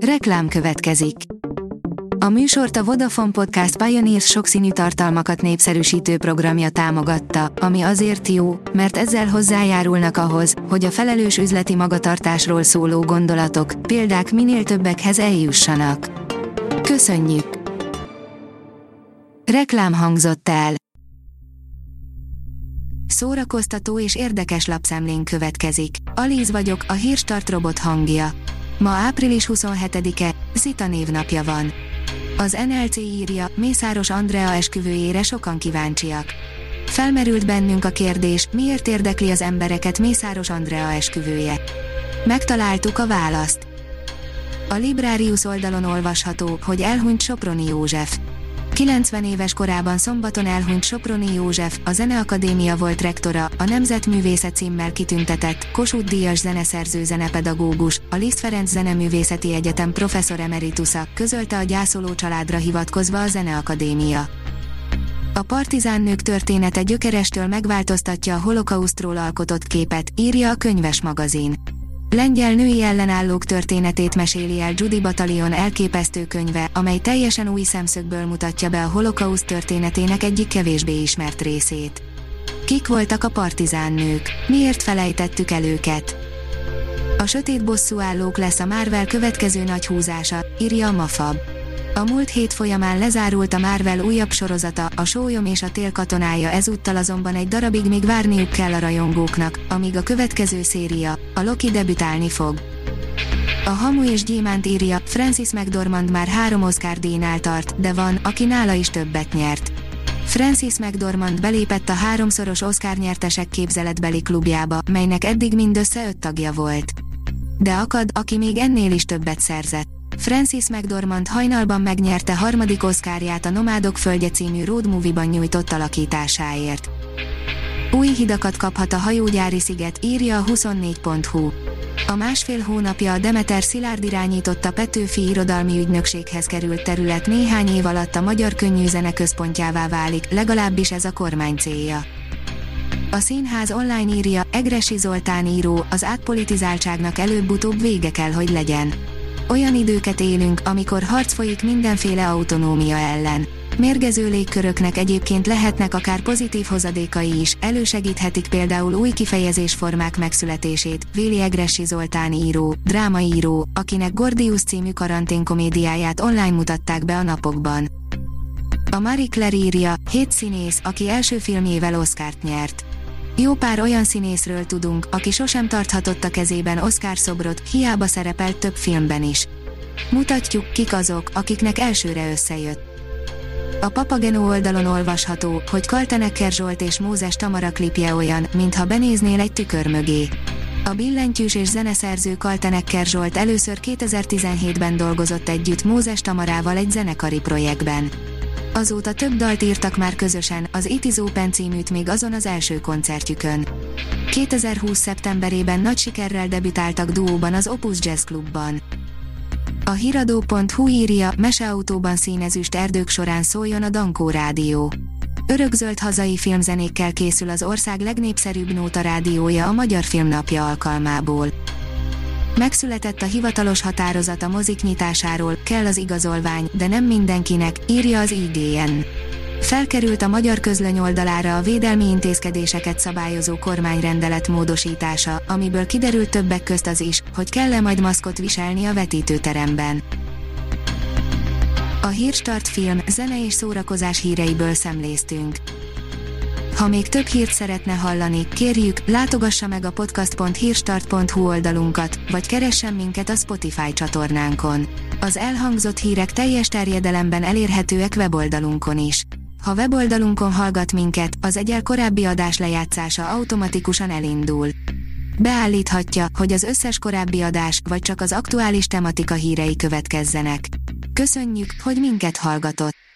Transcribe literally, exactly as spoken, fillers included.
Reklám következik. A műsort a Vodafone Podcast Pioneers sokszínű tartalmakat népszerűsítő programja támogatta, ami azért jó, mert ezzel hozzájárulnak ahhoz, hogy a felelős üzleti magatartásról szóló gondolatok, példák minél többekhez eljussanak. Köszönjük! Reklám hangzott el. Szórakoztató és érdekes lapszemlén következik. Alíz vagyok, a Hírstart robot hangja. Ma április huszonhetedike, Zita névnapja van. Az en el cé írja, Mészáros Andrea esküvőjére sokan kíváncsiak. Felmerült bennünk a kérdés, miért érdekli az embereket Mészáros Andrea esküvője. Megtaláltuk a választ. A Librarius oldalon olvasható, hogy elhunyt Soproni József. kilencven éves korában szombaton elhunyt Soproni József, a Zeneakadémia volt rektora, a Nemzetművésze címmel kitüntetett, Kossuth-díjas zeneszerző zenepedagógus, a Liszt Ferenc Zeneművészeti Egyetem professzor emeritusa, közölte a gyászoló családra hivatkozva a Zeneakadémia. A Partizán nők története gyökerestől megváltoztatja a holokausztról alkotott képet, írja a Könyves magazin. Lengyel női ellenállók történetét meséli el Judy Batalyon elképesztő könyve, amely teljesen új szemszögből mutatja be a holokauszt történetének egyik kevésbé ismert részét. Kik voltak a partizán nők? Miért felejtettük el őket? A sötét bosszúállók lesz a Marvel következő nagy húzása, írja a Mafab. A múlt hét folyamán lezárult a Marvel újabb sorozata, a Sólyom és a Tél katonája, ezúttal azonban egy darabig még várniuk kell a rajongóknak, amíg a következő széria, a Loki debütálni fog. A Hamu és Gyémánt írja, Frances McDormand már három Oscar-díjnál tart, de van, aki nála is többet nyert. Frances McDormand belépett a háromszoros Oscar-nyertesek képzeletbeli klubjába, melynek eddig mindössze öt tagja volt. De akad, aki még ennél is többet szerzett. Frances McDormand hajnalban megnyerte harmadik Oscarját a Nomádok földje című road movie-ban nyújtott alakításáért. Új hidakat kaphat a hajógyári sziget, írja a huszonnégy pont hu. A másfél hónapja a Demeter Szilárd irányította Petőfi Irodalmi Ügynökséghez került terület néhány év alatt a magyar könnyűzene központjává válik, legalábbis ez a kormány célja. A Színház online írja, Egressy Zoltán író, az átpolitizáltságnak előbb-utóbb vége kell, hogy legyen. Olyan időket élünk, amikor harc folyik mindenféle autonómia ellen. Mérgező légköröknek egyébként lehetnek akár pozitív hozadékai is, elősegíthetik például új kifejezésformák megszületését, véli Egressy Zoltán író, drámaíró, akinek Gordius című karanténkomédiáját online mutatták be a napokban. A Marie Claire írja, hét színész, aki első filmjével Oscart nyert. Jó pár olyan színészről tudunk, aki sosem tarthatott a kezében Oscar szobrot, hiába szerepelt több filmben is. Mutatjuk, kik azok, akiknek elsőre összejött. A Papageno oldalon olvasható, hogy Kaltenecker Zsolt és Mózes Tamara klipje olyan, mintha benéznél egy tükör mögé. A billentyűs és zeneszerző Kaltenecker Zsolt először kétezer-tizenhétben dolgozott együtt Mózes Tamarával egy zenekari projektben. Azóta több dalt írtak már közösen, az It Is Open címűt még azon az első koncertjükön. kétezer-húsz szeptemberében nagy sikerrel debütáltak duóban az Opus Jazz Clubban. A hiradó pont hu írja, meseautóban színezüst erdők során szóljon a Dankó Rádió. Örökzöld hazai filmzenékkel készül az ország legnépszerűbb nóta rádiója a Magyar Filmnapja alkalmából. Megszületett a hivatalos határozat a mozik nyitásáról, kell az igazolvány, de nem mindenkinek, írja az i gé en. Felkerült a Magyar Közlöny oldalára a védelmi intézkedéseket szabályozó kormányrendelet módosítása, amiből kiderült többek közt az is, hogy kell-e majd maszkot viselni a vetítőteremben. A Hírstart film, zene és szórakozás híreiből szemléztünk. Ha még több hírt szeretne hallani, kérjük, látogassa meg a podcast pont hírstart pont hu oldalunkat, vagy keressen minket a Spotify csatornánkon. Az elhangzott hírek teljes terjedelemben elérhetőek weboldalunkon is. Ha weboldalunkon hallgat minket, az egyel korábbi adás lejátszása automatikusan elindul. Beállíthatja, hogy az összes korábbi adás, vagy csak az aktuális tematika hírei következzenek. Köszönjük, hogy minket hallgatott!